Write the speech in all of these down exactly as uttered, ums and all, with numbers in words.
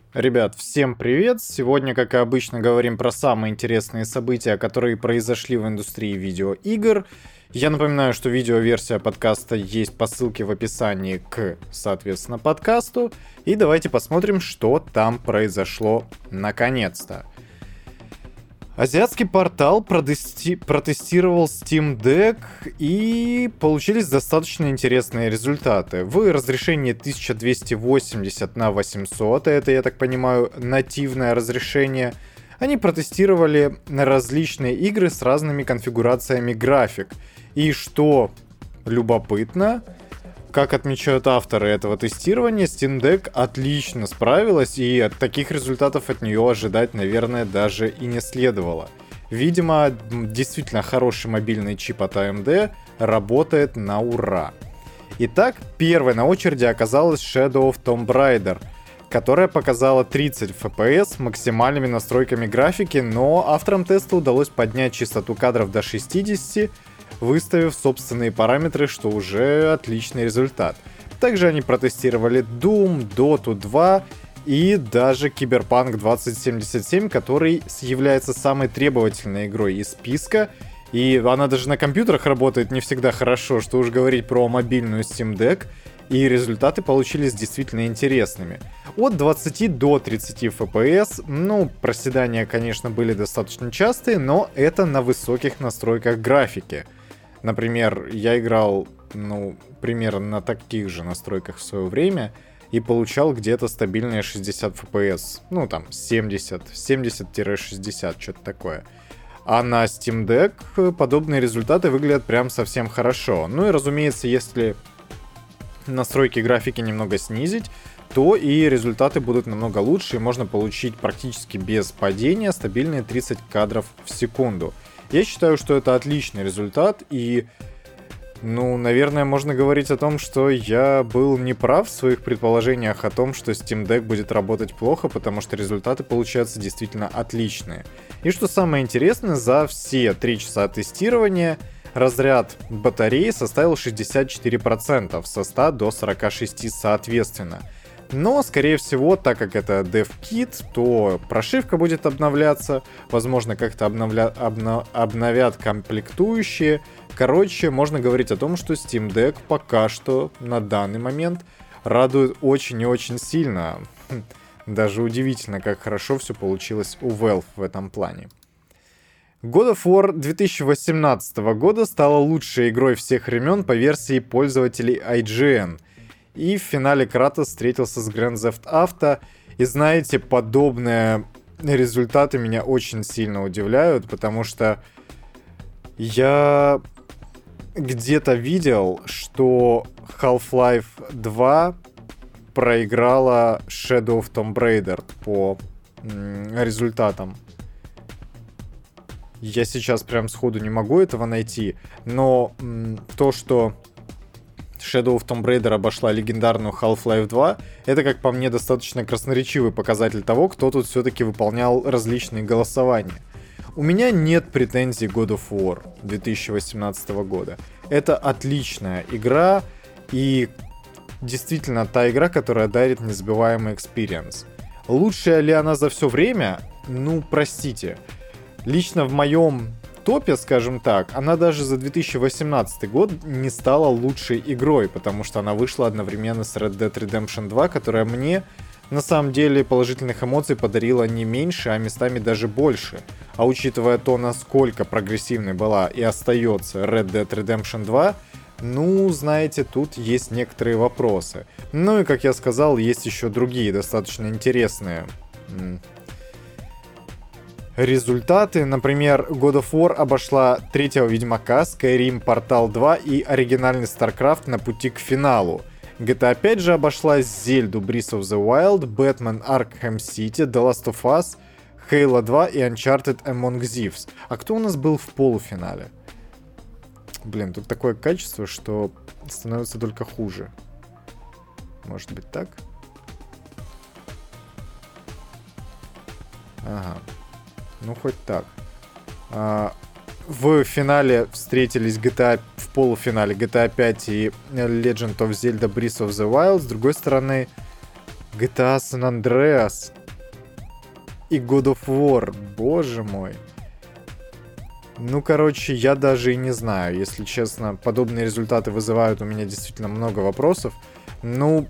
Ребят, всем привет! Сегодня, как и обычно, говорим про самые интересные события, которые произошли в индустрии видеоигр. Я напоминаю, что видеоверсия подкаста есть по ссылке в описании к, соответственно, подкасту. И давайте посмотрим, что там произошло наконец-то. Азиатский портал протести... протестировал Steam Deck и получились достаточно интересные результаты. В разрешении тысяча двести восемьдесят на восемьсот, это, я так понимаю, нативное разрешение, они протестировали различные игры с разными конфигурациями график. И что любопытно, как отмечают авторы этого тестирования, Steam Deck отлично справилась, и от таких результатов от нее ожидать, наверное, даже и не следовало. Видимо, действительно хороший мобильный чип от эй эм ди работает на ура. Итак, первой на очереди оказалась Shadow of Tomb Raider, которая показала тридцать эф пи эс с максимальными настройками графики, но авторам теста удалось поднять частоту кадров до шестидесяти, выставив собственные параметры, что уже отличный результат. Также они протестировали Doom, Dota два и даже Cyberpunk двадцать семьдесят семь, который является самой требовательной игрой из списка. И она даже на компьютерах работает не всегда хорошо, что уж говорить про мобильную Steam Deck. И результаты получились действительно интересными. От двадцати до тридцати эф пи эс, ну, проседания, конечно, были достаточно частые, но это на высоких настройках графики. Например, я играл, ну, примерно на таких же настройках в свое время и получал где-то стабильные шестьдесят эф пи эс. Ну, там, семьдесят, семьдесят-шестьдесят, что-то такое. А на Steam Deck подобные результаты выглядят прям совсем хорошо. Ну и, разумеется, если настройки графики немного снизить, то и результаты будут намного лучше, и можно получить практически без падения стабильные тридцать кадров в секунду. Я считаю, что это отличный результат, и, ну, наверное, можно говорить о том, что я был неправ в своих предположениях о том, что Steam Deck будет работать плохо, потому что результаты получаются действительно отличные. И что самое интересное, за все три часа тестирования разряд батареи составил шестьдесят четыре процента, со ста до сорока шести соответственно. Но, скорее всего, так как это DevKit, то прошивка будет обновляться, возможно, как-то обновля... обно... обновят комплектующие. Короче, можно говорить о том, что Steam Deck пока что на данный момент радует очень и очень сильно. Даже удивительно, как хорошо все получилось у Valve в этом плане. God of War две тысячи восемнадцатого года стала лучшей игрой всех времен по версии пользователей ай джи эн. И в финале Кратос встретился с Grand Theft Auto. И знаете, подобные результаты меня очень сильно удивляют, потому что я где-то видел, что Half-Life два проиграла Shadow of Tomb Raider по м, результатам. Я сейчас прям сходу не могу этого найти, но м, то, что Shadow of Tomb Raider обошла легендарную Half-Life два, это, как по мне, достаточно красноречивый показатель того, кто тут все-таки выполнял различные голосования. У меня нет претензий God of War две тысячи восемнадцатого года. Это отличная игра и действительно та игра, которая дарит незабываемый экспириенс. Лучшая ли она за все время? Ну, простите. Лично в моем топе, скажем так, она даже за две тысячи восемнадцатый год не стала лучшей игрой, потому что она вышла одновременно с Red Dead Redemption два, которая мне, на самом деле, положительных эмоций подарила не меньше, а местами даже больше. А учитывая то, насколько прогрессивной была и остается Red Dead Redemption два, ну, знаете, тут есть некоторые вопросы. Ну и, как я сказал, есть еще другие достаточно интересные результаты. Например, God of War обошла третьего Ведьмака, Skyrim, Portal два и оригинальный StarCraft на пути к финалу. джи ти эй пять же обошла Зельду, Breath of the Wild, Batman Arkham City, The Last of Us, Halo два и Uncharted Among Thieves. А кто у нас был в полуфинале? Блин, тут такое качество, что становится только хуже. Может быть так? Ага. Ну, хоть так. А, в финале встретились джи ти эй, в полуфинале джи ти эй пять и Legend of Zelda Breath of the Wild. С другой стороны, джи ти эй San Andreas и God of War, боже мой. Ну, короче, я даже и не знаю, если честно, подобные результаты вызывают у меня действительно много вопросов. Ну,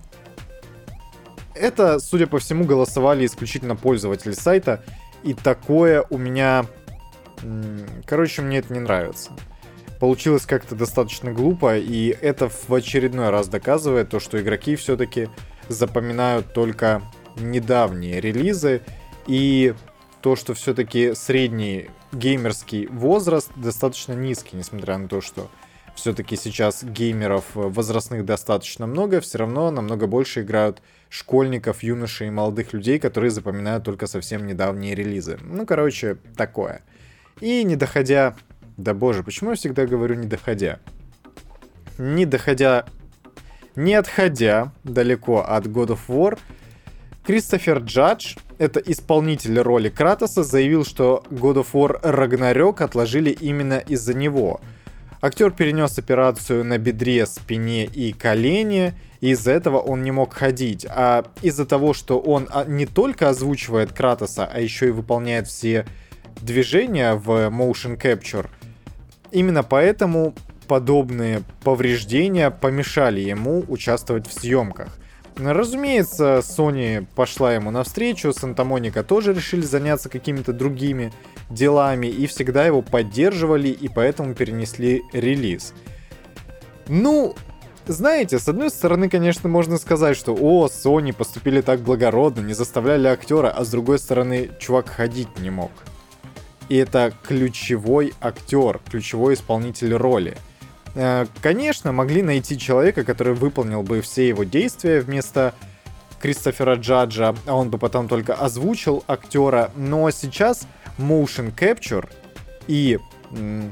это, судя по всему, голосовали исключительно пользователи сайта, и такое у меня... Короче, мне это не нравится. Получилось как-то достаточно глупо, и это в очередной раз доказывает то, что игроки все-таки запоминают только недавние релизы, и то, что все-таки средний геймерский возраст достаточно низкий, несмотря на то, что все-таки сейчас геймеров возрастных достаточно много, все равно намного больше играют школьников, юношей и молодых людей, которые запоминают только совсем недавние релизы. Ну, короче, такое. И не доходя... Да боже, почему я всегда говорю не доходя? Не доходя... Не отходя далеко от God of War, Кристофер Джадж, это исполнитель роли Кратоса, заявил, что God of War Ragnarok отложили именно из-за него. Актер перенес операцию на бедре, спине и колене, и из-за этого он не мог ходить. А из-за того, что он не только озвучивает Кратоса, а еще и выполняет все движения в motion capture, именно поэтому подобные повреждения помешали ему участвовать в съемках. Разумеется, Sony пошла ему навстречу, Санта-Моника тоже решили заняться какими-то другими делами и всегда его поддерживали, и поэтому перенесли релиз. Ну, знаете, с одной стороны, конечно, можно сказать, что о, Sony поступили так благородно, не заставляли актера, а с другой стороны, чувак ходить не мог. И это ключевой актер, ключевой исполнитель роли. Конечно, могли найти человека, который выполнил бы все его действия вместо Кристофера Джаджа, а он бы потом только озвучил актера. Но сейчас motion capture и м-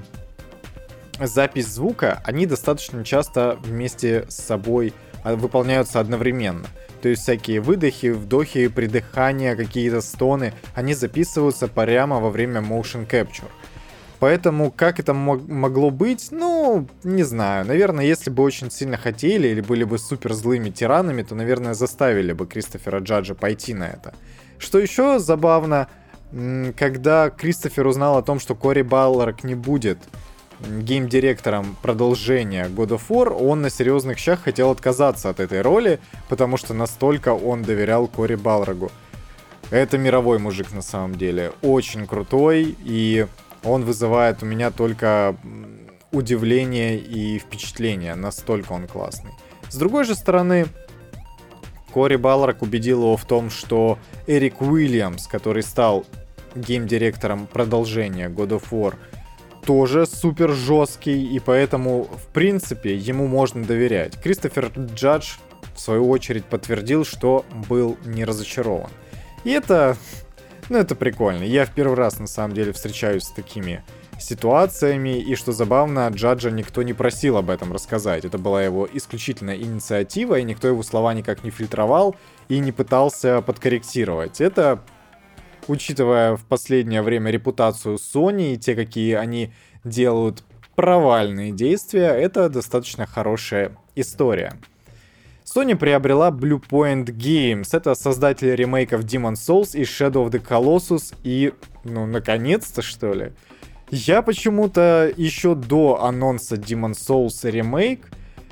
запись звука, они достаточно часто вместе с собой выполняются одновременно. То есть всякие выдохи, вдохи, придыхания, какие-то стоны, они записываются прямо во время motion capture. Поэтому как это мог, могло быть, ну, не знаю. Наверное, если бы очень сильно хотели или были бы супер злыми тиранами, то, наверное, заставили бы Кристофера Джаджа пойти на это. Что еще забавно, когда Кристофер узнал о том, что Кори Балларк не будет гейм-директором продолжения God of War, он на серьезных щах хотел отказаться от этой роли, потому что настолько он доверял Кори Балрогу. Это мировой мужик на самом деле, очень крутой, и он вызывает у меня только удивление и впечатление, настолько он классный. С другой же стороны, Кори Балрог убедил его в том, что Эрик Уильямс, который стал гейм-директором продолжения God of War, тоже супер жесткий, и поэтому, в принципе, ему можно доверять. Кристофер Джадж, в свою очередь, подтвердил, что был не разочарован. И это, ну, это прикольно. Я в первый раз, на самом деле, встречаюсь с такими ситуациями, и, что забавно, Джаджа никто не просил об этом рассказать. Это была его исключительная инициатива, и никто его слова никак не фильтровал и не пытался подкорректировать. Это... Учитывая в последнее время репутацию Sony и те, какие они делают провальные действия, это достаточно хорошая история. Sony приобрела Bluepoint Games. Это создатели ремейков Demon's Souls и Shadow of the Colossus. И, ну, наконец-то, что ли. Я почему-то еще до анонса Demon's Souls ремейк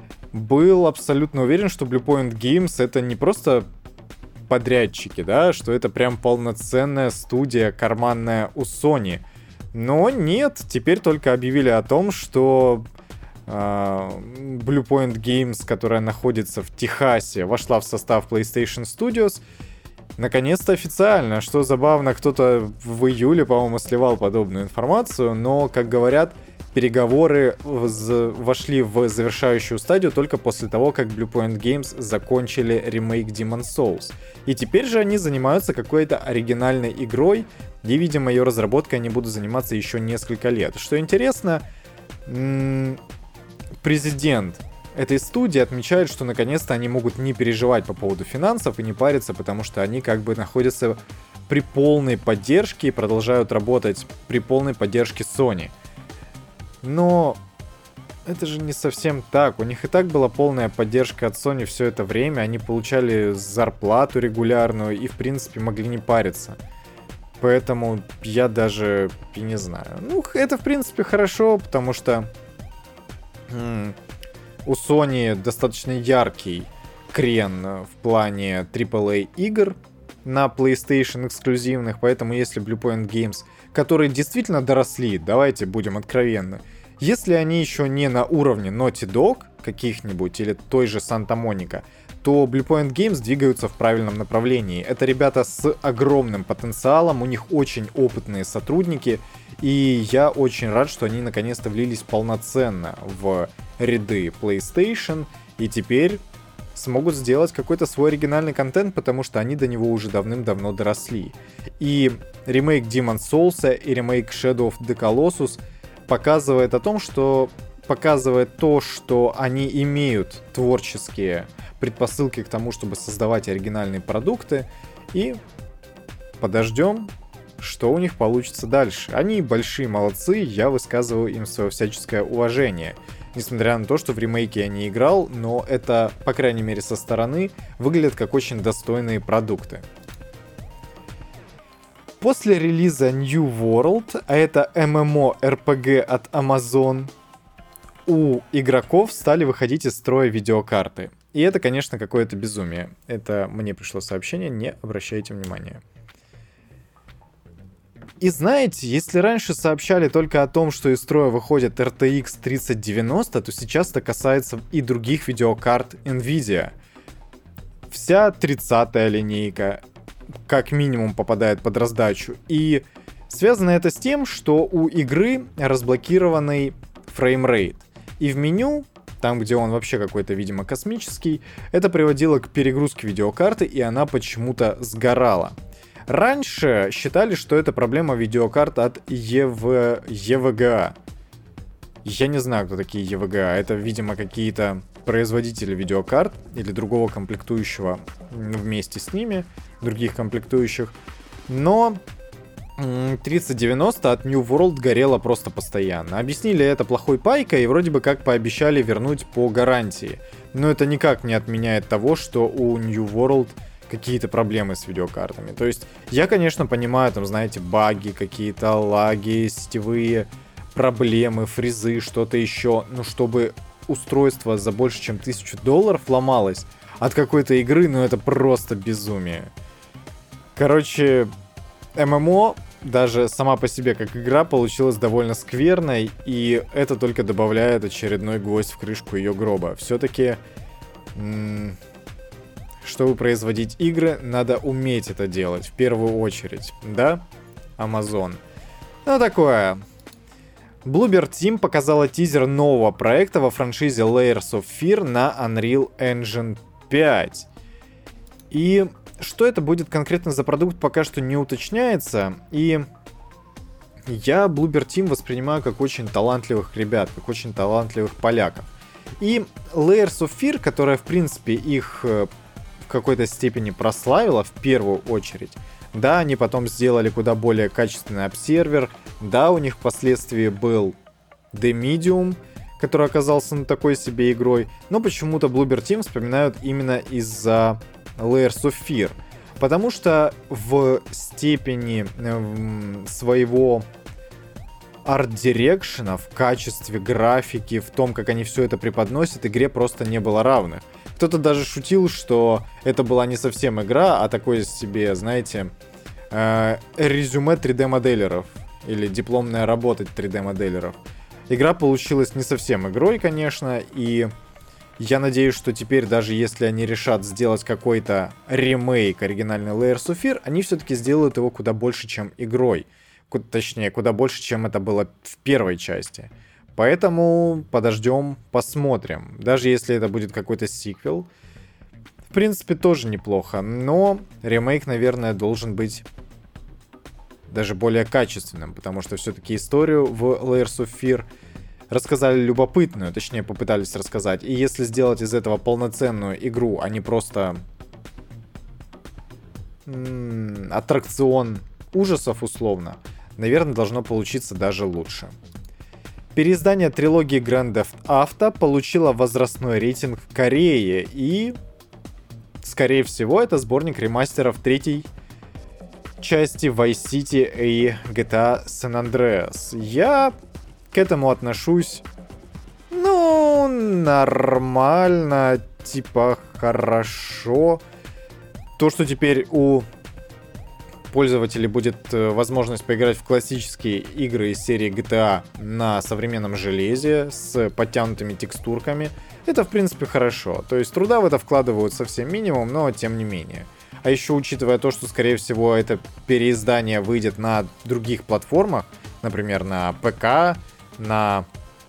был абсолютно уверен, что Bluepoint Games это не просто... подрядчики, да, что это прям полноценная студия карманная у Sony. Но нет, теперь только объявили о том, что э, Bluepoint Games, которая находится в Техасе, вошла в состав PlayStation Studios. Наконец-то официально. Что забавно, кто-то в июле, по-моему, сливал подобную информацию, но, как говорят, переговоры вошли в завершающую стадию только после того, как Bluepoint Games закончили ремейк Demon's Souls. И теперь же они занимаются какой-то оригинальной игрой, и, видимо, ее разработкой они будут заниматься еще несколько лет. Что интересно, м- президент этой студии отмечает, что наконец-то они могут не переживать по поводу финансов и не париться, потому что они как бы находятся при полной поддержке и продолжают работать при полной поддержке Sony. Но это же не совсем так. У них и так была полная поддержка от Sony все это время. Они получали зарплату регулярную и, в принципе, могли не париться. Поэтому я даже и не знаю. Ну, это, в принципе, хорошо, потому что м- у Sony достаточно яркий крен в плане трипл эй игр на PlayStation эксклюзивных, поэтому если Bluepoint Games, которые действительно доросли, давайте будем откровенны, если они еще не на уровне Naughty Dog каких-нибудь или той же Santa Monica, то Bluepoint Games двигаются в правильном направлении. Это ребята с огромным потенциалом, у них очень опытные сотрудники, и я очень рад, что они наконец-то влились полноценно в ряды PlayStation, и теперь смогут сделать какой-то свой оригинальный контент, потому что они до него уже давным-давно доросли. И ремейк Demon's Souls и ремейк Shadow of the Colossus показывает о том, что показывает то, что они имеют творческие предпосылки к тому, чтобы создавать оригинальные продукты, и подождем, что у них получится дальше. Они большие молодцы, я высказываю им свое всяческое уважение. Несмотря на то, что в ремейке я не играл, но это, по крайней мере, со стороны выглядят как очень достойные продукты. После релиза New World, а это эм эм о эр пи джи от Amazon, у игроков стали выходить из строя видеокарты. И это, конечно, какое-то безумие. Это мне пришло сообщение, не обращайте внимания. И знаете, если раньше сообщали только о том, что из строя выходит эр ти икс тридцать девяносто, то сейчас это касается и других видеокарт Nvidia. Вся тридцатая линейка как минимум попадает под раздачу. И связано это с тем, что у игры разблокированный фреймрейт. И в меню, там где он вообще какой-то, видимо, космический, это приводило к перегрузке видеокарты, и она почему-то сгорала. Раньше считали, что это проблема видеокарт от и ви... и ви джи эй. Я не знаю, кто такие и ви джи эй. Это, видимо, какие-то производители видеокарт или другого комплектующего вместе с ними, других комплектующих. Но тридцать девяносто от New World горело просто постоянно. Объяснили это плохой пайкой и вроде бы как пообещали вернуть по гарантии. Но это никак не отменяет того, что у New World какие-то проблемы с видеокартами. То есть я, конечно, понимаю, там, знаете, баги, какие-то лаги, сетевые проблемы, фризы, что-то еще. Но чтобы устройство за больше, чем тысячу долларов ломалось от какой-то игры, ну это просто безумие. Короче, эм эм о даже сама по себе как игра получилась довольно скверной, и это только добавляет очередной гвоздь в крышку ее гроба. Все-таки, м- чтобы производить игры, надо уметь это делать в первую очередь, да, Amazon? Ну такое. Bloober Team показала тизер нового проекта во франшизе Layers of Fear на Unreal Engine пять. И что это будет конкретно за продукт, пока что не уточняется. И я Bloober Team воспринимаю как очень талантливых ребят, как очень талантливых поляков. И Layers of Fear, которая, в принципе, их в какой-то степени прославила в первую очередь. Да, они потом сделали куда более качественный обсервер. Да, у них впоследствии был The Medium, который оказался на такой себе игрой. Но почему-то Bloober Team вспоминают именно из-за Layers of Fear. Потому что в степени э, своего арт-дирекшена, в качестве графики, в том, как они все это преподносят, игре просто не было равных. Кто-то даже шутил, что это была не совсем игра, а такое себе, знаете, э, резюме три дэ-моделеров или дипломная работа три дэ-моделеров. Игра получилась не совсем игрой, конечно, и я надеюсь, что теперь, даже если они решат сделать какой-то ремейк оригинальной Layers of Fear, они все-таки сделают его куда больше, чем игрой. Точнее, куда больше, чем это было в первой части. Поэтому подождем, посмотрим. Даже если это будет какой-то сиквел, в принципе, тоже неплохо. Но ремейк, наверное, должен быть даже более качественным, потому что все-таки историю в Layers of Fear рассказали любопытную, точнее, попытались рассказать. И если сделать из этого полноценную игру, а не просто м-м, аттракцион ужасов условно, наверное, должно получиться даже лучше. Переиздание трилогии Grand Theft Auto получило возрастной рейтинг в Корее, и, скорее всего, это сборник ремастеров третьей части Vice City и джи ти эй San Andreas. Я к этому отношусь, ну, нормально, типа хорошо. То, что теперь у пользователей будет возможность поиграть в классические игры из серии джи ти эй на современном железе с подтянутыми текстурками, это в принципе хорошо. То есть труда в это вкладывают совсем минимум, но тем не менее. А еще учитывая то, что скорее всего это переиздание выйдет на других платформах, например, на ПК, на,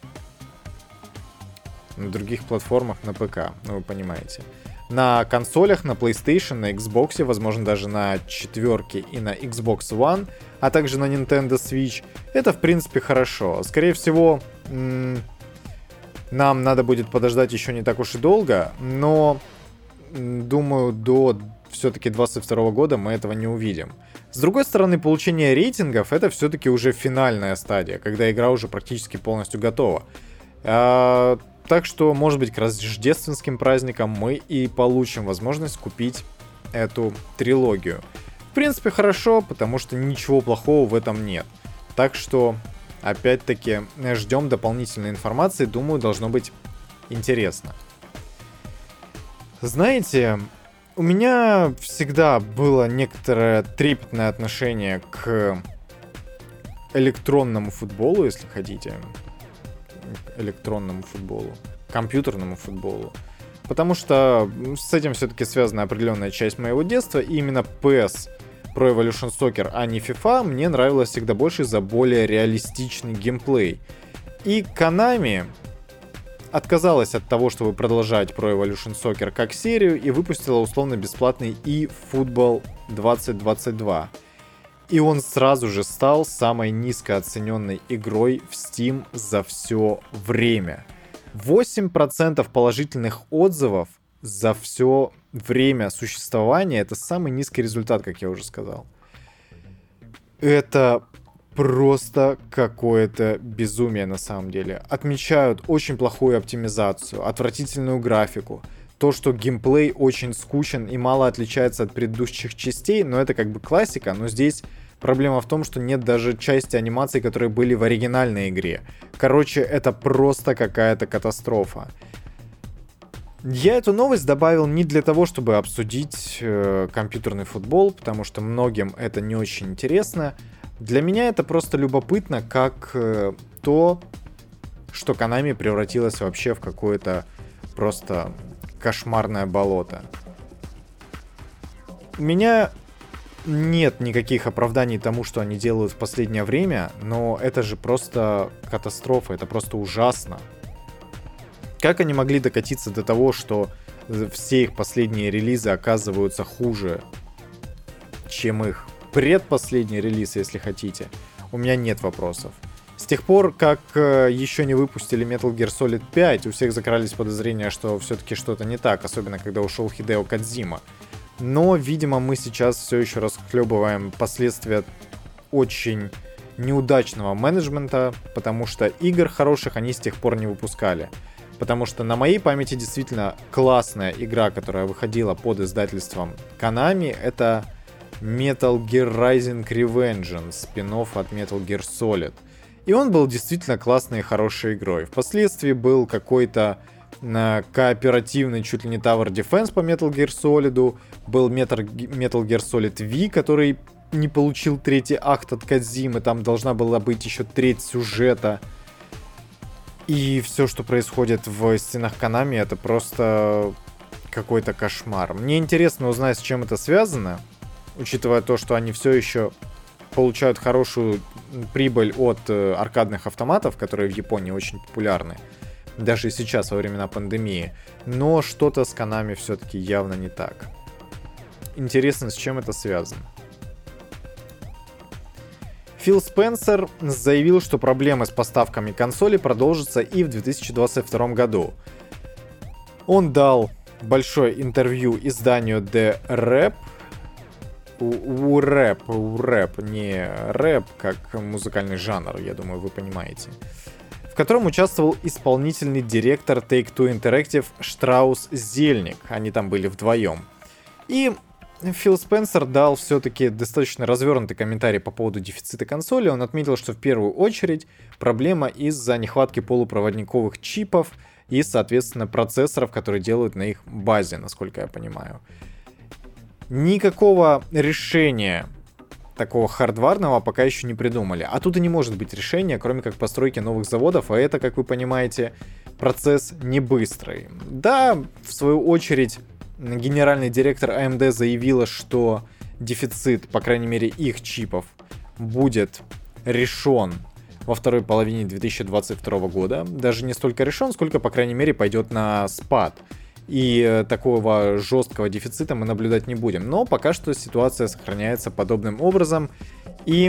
на других платформах на ПК, ну вы понимаете. На консолях, на PlayStation, на Xbox, возможно даже на четверке и на Xbox One, а также на Nintendo Switch. Это в принципе хорошо. Скорее всего, м- нам надо будет подождать еще не так уж и долго, но м- думаю, до все-таки двадцать второго года мы этого не увидим. С другой стороны, получение рейтингов это все-таки уже финальная стадия, когда игра уже практически полностью готова. А- Так что, может быть, к рождественским праздникам мы и получим возможность купить эту трилогию. В принципе, хорошо, потому что ничего плохого в этом нет. Так что, опять-таки, ждем дополнительной информации. Думаю, должно быть интересно. Знаете, у меня всегда было некоторое трепетное отношение к электронному футболу, если хотите. электронному футболу, компьютерному футболу. Потому что с этим все-таки связана определенная часть моего детства. И именно пи эс Pro Evolution Soccer, а не FIFA, мне нравилось всегда больше за более реалистичный геймплей. И Konami отказалась от того, чтобы продолжать Pro Evolution Soccer как серию, и выпустила условно-бесплатный eFootball двадцать двадцать два. И он сразу же стал самой низкооцененной игрой в Steam за все время. восемь процентов положительных отзывов за все время существования — это самый низкий результат, как я уже сказал. Это просто какое-то безумие на самом деле. Отмечают очень плохую оптимизацию, отвратительную графику. То, что геймплей очень скучен и мало отличается от предыдущих частей, но это как бы классика, но здесь проблема в том, что нет даже части анимаций, которые были в оригинальной игре. Короче, это просто какая-то катастрофа. Я эту новость добавил не для того, чтобы обсудить э, компьютерный футбол, потому что многим это не очень интересно. Для меня это просто любопытно, как э, то, что Konami превратилась вообще в какое-то просто кошмарное болото. У меня нет никаких оправданий тому, что они делают в последнее время, но это же просто катастрофа, это просто ужасно. Как они могли докатиться до того, что все их последние релизы оказываются хуже, чем их предпоследний релиз, если хотите? У меня нет вопросов. С тех пор, как э, еще не выпустили Metal Gear Solid пять, у всех закрались подозрения, что все-таки что-то не так, особенно когда ушел Хидео Кодзима. Но, видимо, мы сейчас все еще расхлебываем последствия очень неудачного менеджмента, потому что игр хороших они с тех пор не выпускали. Потому что на моей памяти действительно классная игра, которая выходила под издательством Konami, это Metal Gear Rising: Revengeance, спин-офф от Metal Gear Solid. И он был действительно классной и хорошей игрой. Впоследствии был какой-то э, кооперативный чуть ли не Tower Defense по Metal Gear Solid. Был Metal, Metal Gear Solid V, который не получил третий акт от Кодзимы. Там должна была быть еще треть сюжета. И все, что происходит в стенах Konami, это просто какой-то кошмар. Мне интересно узнать, с чем это связано, учитывая то, что они все еще получают хорошую прибыль от э, аркадных автоматов, которые в Японии очень популярны, даже и сейчас, во времена пандемии. Но что-то с Konami все-таки явно не так. Интересно, с чем это связано. Фил Спенсер заявил, что проблемы с поставками консолей продолжатся и в две тысячи двадцать втором году. Он дал большое интервью изданию The Rap, у рэп, у рэп, не рэп как музыкальный жанр, я думаю, вы понимаете, в котором участвовал исполнительный директор Take-Two Interactive Штраус Зельник. Они там были вдвоем. И Фил Спенсер дал все-таки достаточно развернутый комментарий по поводу дефицита консоли. Он отметил, что в первую очередь проблема из-за нехватки полупроводниковых чипов и, соответственно, процессоров, которые делают на их базе, насколько я понимаю. Никакого решения такого хардварного пока еще не придумали. А тут и не может быть решения, кроме как постройки новых заводов, а это, как вы понимаете, процесс не быстрый. Да, в свою очередь, генеральный директор эй эм ди заявила, что дефицит, по крайней мере, их чипов будет решен во второй половине две тысячи двадцать второго года. Даже не столько решен, сколько, по крайней мере, пойдет на спад. И такого жесткого дефицита мы наблюдать не будем. Но пока что ситуация сохраняется подобным образом. И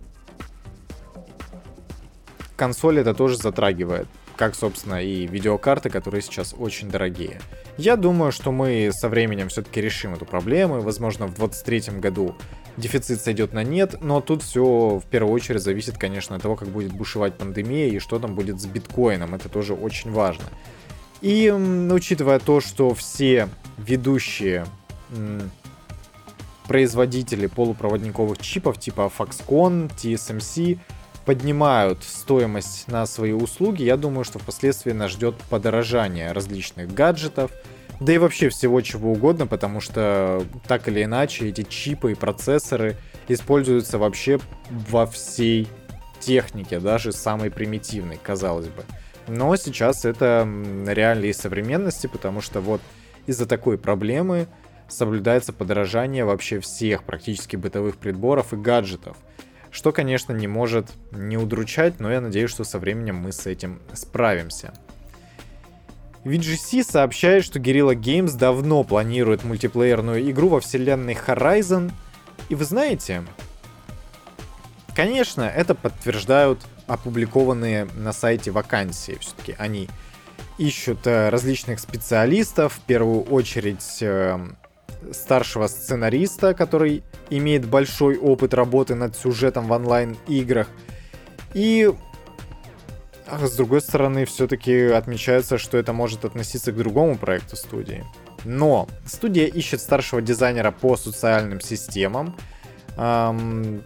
консоль это тоже затрагивает. Как, собственно, и видеокарты, которые сейчас очень дорогие. Я думаю, что мы со временем все-таки решим эту проблему. Возможно, в двадцать третьем году дефицит сойдет на нет. Но тут все в первую очередь зависит, конечно, от того, как будет бушевать пандемия и что там будет с биткоином. Это тоже очень важно. И учитывая то, что все ведущие м, производители полупроводниковых чипов типа Foxconn, ти эс эм си поднимают стоимость на свои услуги, я думаю, что впоследствии нас ждет подорожание различных гаджетов, да и вообще всего чего угодно, потому что так или иначе эти чипы и процессоры используются вообще во всей технике, даже самой примитивной, казалось бы. Но сейчас это реалии современности, потому что вот из-за такой проблемы соблюдается подорожание вообще всех практически бытовых приборов и гаджетов. Что, конечно, не может не удручать, но я надеюсь, что со временем мы с этим справимся. ви джи си сообщает, что Guerrilla Games давно планирует мультиплеерную игру во вселенной Horizon. И вы знаете, конечно, это подтверждают опубликованные на сайте вакансии. Все-таки они ищут э, различных специалистов, в первую очередь э, старшего сценариста, который имеет большой опыт работы над сюжетом в онлайн-играх. И а с другой стороны, все-таки отмечается, что это может относиться к другому проекту студии. Но студия ищет старшего дизайнера по социальным системам. Эм,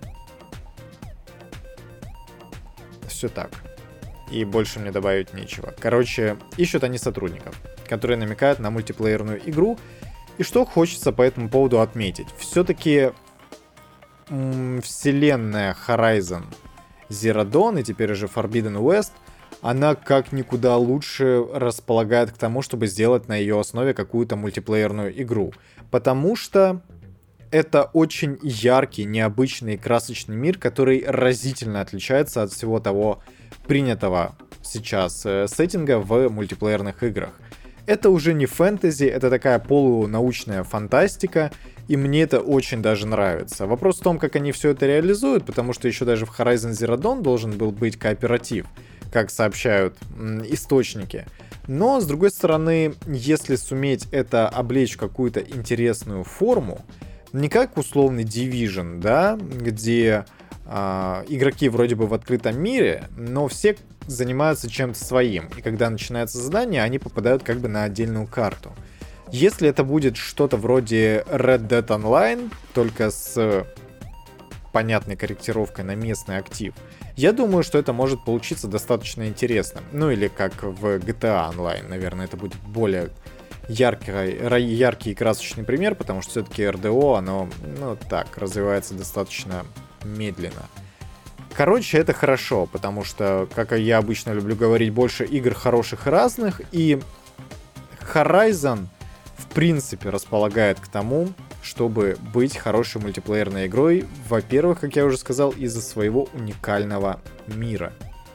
Все так. И больше мне добавить нечего. Короче, ищут они сотрудников, которые намекают на мультиплеерную игру. И что хочется по этому поводу отметить. Все-таки м- вселенная Horizon Zero Dawn и теперь уже Forbidden West, она как никуда лучше располагает к тому, чтобы сделать на ее основе какую-то мультиплеерную игру. Потому что это очень яркий, необычный и красочный мир, который разительно отличается от всего того принятого сейчас э, сеттинга в мультиплеерных играх. Это уже не фэнтези, это такая полунаучная фантастика, и мне это очень даже нравится. Вопрос в том, как они все это реализуют, потому что еще даже в Horizon Zero Dawn должен был быть кооператив, как сообщают м, источники. Но, с другой стороны, если суметь это облечь в какую-то интересную форму, не как условный Division, да, где э, игроки вроде бы в открытом мире, но все занимаются чем-то своим. И когда начинается задание, они попадают как бы на отдельную карту. Если это будет что-то вроде Red Dead Online, только с понятной корректировкой на местный актив, я думаю, что это может получиться достаточно интересным. Ну или как в джи ти эй Online, наверное, это будет более яркий, яркий и красочный пример, потому что все-таки эр ди о, оно, ну так, развивается достаточно медленно. Короче, это хорошо, потому что, как я обычно люблю говорить, больше игр хороших и разных, и Horizon, в принципе, располагает к тому, чтобы быть хорошей мультиплеерной игрой, во-первых, как я уже сказал, из-за своего уникального мира.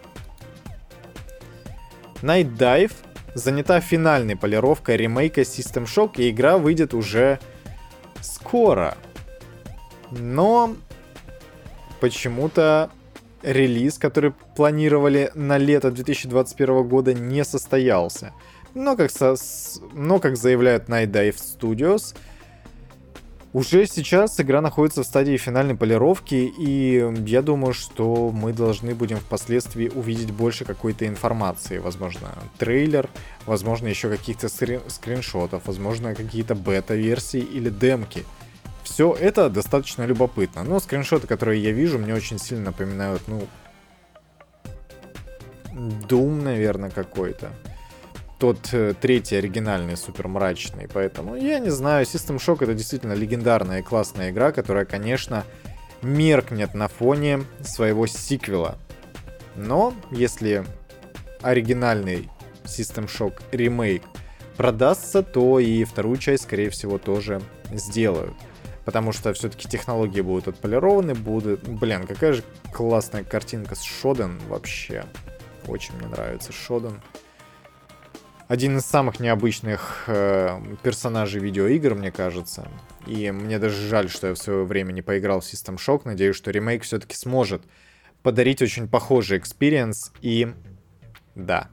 Night Dive занята финальной полировкой ремейка System Shock, и игра выйдет уже скоро. Но почему-то релиз, который планировали на лето две тысячи двадцать первого года, не состоялся. Но как, со... Но, как заявляют Night Dive Studios, уже сейчас игра находится в стадии финальной полировки, и я думаю, что мы должны будем впоследствии увидеть больше какой-то информации. Возможно, трейлер, возможно, еще каких-то скрин... скриншотов, возможно, какие-то бета-версии или демки. все это достаточно любопытно. Но скриншоты, которые я вижу, мне очень сильно напоминают, ну, Doom, наверное, какой-то. Тот э, третий оригинальный, супер мрачный. Поэтому, я не знаю, System Shock это действительно легендарная и классная игра, которая, конечно, меркнет на фоне своего сиквела. Но, если оригинальный System Shock ремейк продастся, то и вторую часть, скорее всего, тоже сделают. Потому что все-таки технологии будут отполированы, будут... Блин, какая же классная картинка с Шоден вообще. Очень мне нравится Шоден. Один из самых необычных э, персонажей видеоигр, мне кажется. И мне даже жаль, что я в свое время не поиграл в System Shock. Надеюсь, что ремейк все-таки сможет подарить очень похожий экспириенс. И да.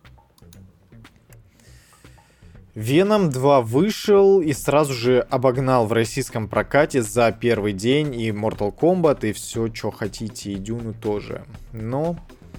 Venom два вышел и сразу же обогнал в российском прокате за первый день и Mortal Kombat, и все, что хотите, и Дюну тоже. Но,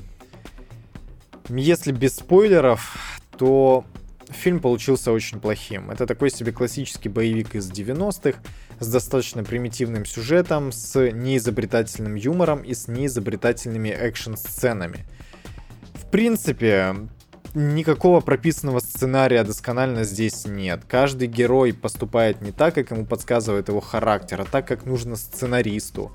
если без спойлеров, то фильм получился очень плохим. Это такой себе классический боевик из девяностых, с достаточно примитивным сюжетом, с неизобретательным юмором и с неизобретательными экшн-сценами. В принципе... Никакого прописанного сценария досконально здесь нет. Каждый герой поступает не так, как ему подсказывает его характер, а так, как нужно сценаристу.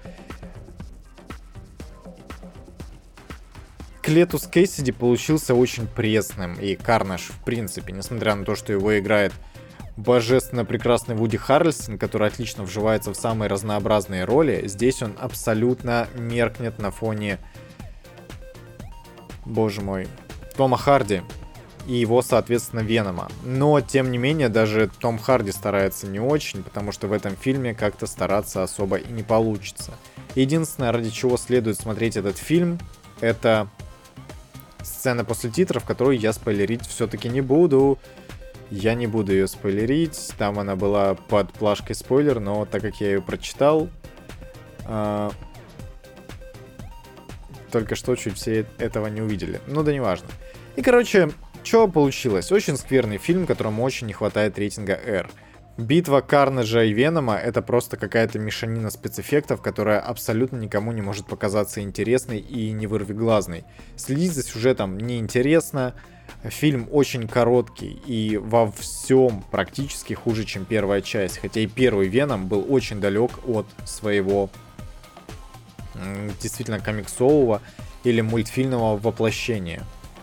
Клетус Кэссиди получился очень пресным, и Карнаж, в принципе, несмотря на то, что его играет божественно прекрасный Вуди Харрельсон, который отлично вживается в самые разнообразные роли, здесь он абсолютно меркнет на фоне... Боже мой... Тома Харди и его, соответственно, Венома. Но, тем не менее, даже Том Харди старается не очень, потому что в этом фильме как-то стараться особо и не получится. Единственное, ради чего следует смотреть этот фильм, это сцена после титров, которую я спойлерить все-таки не буду. Я не буду ее спойлерить. Там она была под плашкой спойлер, но так как я ее прочитал... Э- только что чуть все этого не увидели. Ну да неважно. И, короче, что получилось? Очень скверный фильм, которому очень не хватает рейтинга R. Битва Карнажа и Венома — это просто какая-то мешанина спецэффектов, которая абсолютно никому не может показаться интересной и не вырвиглазной. Следить за сюжетом неинтересно. Фильм очень короткий и во всем практически хуже, чем первая часть. Хотя и первый Веном был очень далек от своего... действительно комиксового или мультфильного воплощения.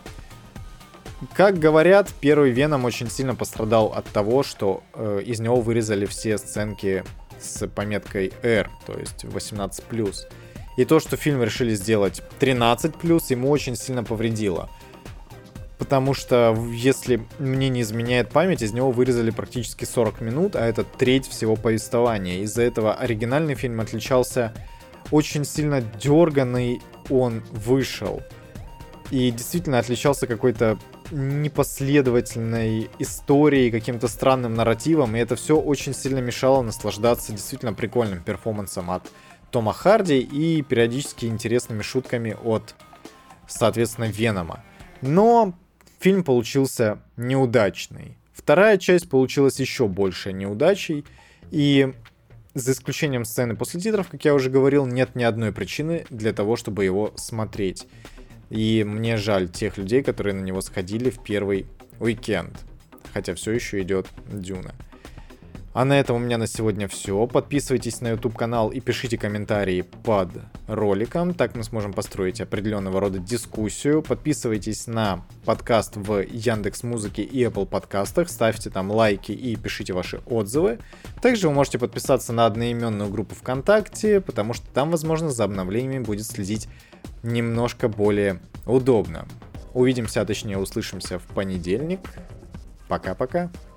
Как говорят, первый Веном очень сильно пострадал от того, что э, из него вырезали все сценки с пометкой R, то есть восемнадцать плюс. И то, что фильм решили сделать тринадцать плюс, ему очень сильно повредило. Потому что, если мне не изменяет память, из него вырезали практически сорок минут, а это треть всего повествования. Из-за этого оригинальный фильм отличался... Очень сильно дерганный он вышел. И действительно отличался какой-то непоследовательной историей, каким-то странным нарративом. И это все очень сильно мешало наслаждаться действительно прикольным перформансом от Тома Харди и периодически интересными шутками от, соответственно, Венома. Но фильм получился неудачный. Вторая часть получилась еще большей неудачей. И... за исключением сцены после титров, как я уже говорил, нет ни одной причины для того, чтобы его смотреть. И мне жаль тех людей, которые на него сходили в первый уикенд. Хотя все еще идет Дюна. А на этом у меня на сегодня все. Подписывайтесь на YouTube канал и пишите комментарии под роликом. Так мы сможем построить определенного рода дискуссию. Подписывайтесь на подкаст в Яндекс.Музыке и Apple подкастах. Ставьте там лайки и пишите ваши отзывы. Также вы можете подписаться на одноименную группу ВКонтакте, потому что там, возможно, за обновлениями будет следить немножко более удобно. Увидимся, а точнее услышимся в понедельник. Пока-пока.